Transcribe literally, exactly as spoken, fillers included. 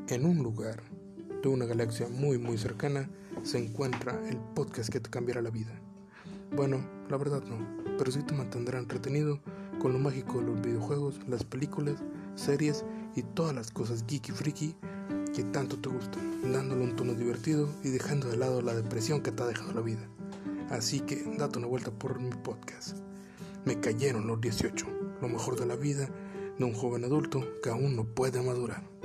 En un lugar de una galaxia muy muy cercana se encuentra el podcast que te cambiará la vida. Bueno, la verdad no, pero sí te mantendrá entretenido con lo mágico de los videojuegos, las películas, series y todas las cosas geeky friki que tanto te gustan, dándole un tono divertido y dejando de lado la depresión que te ha dejado la vida. Así que date una vuelta por mi podcast. Me cayeron los dieciocho, lo mejor de la vida de un joven adulto que aún no puede madurar.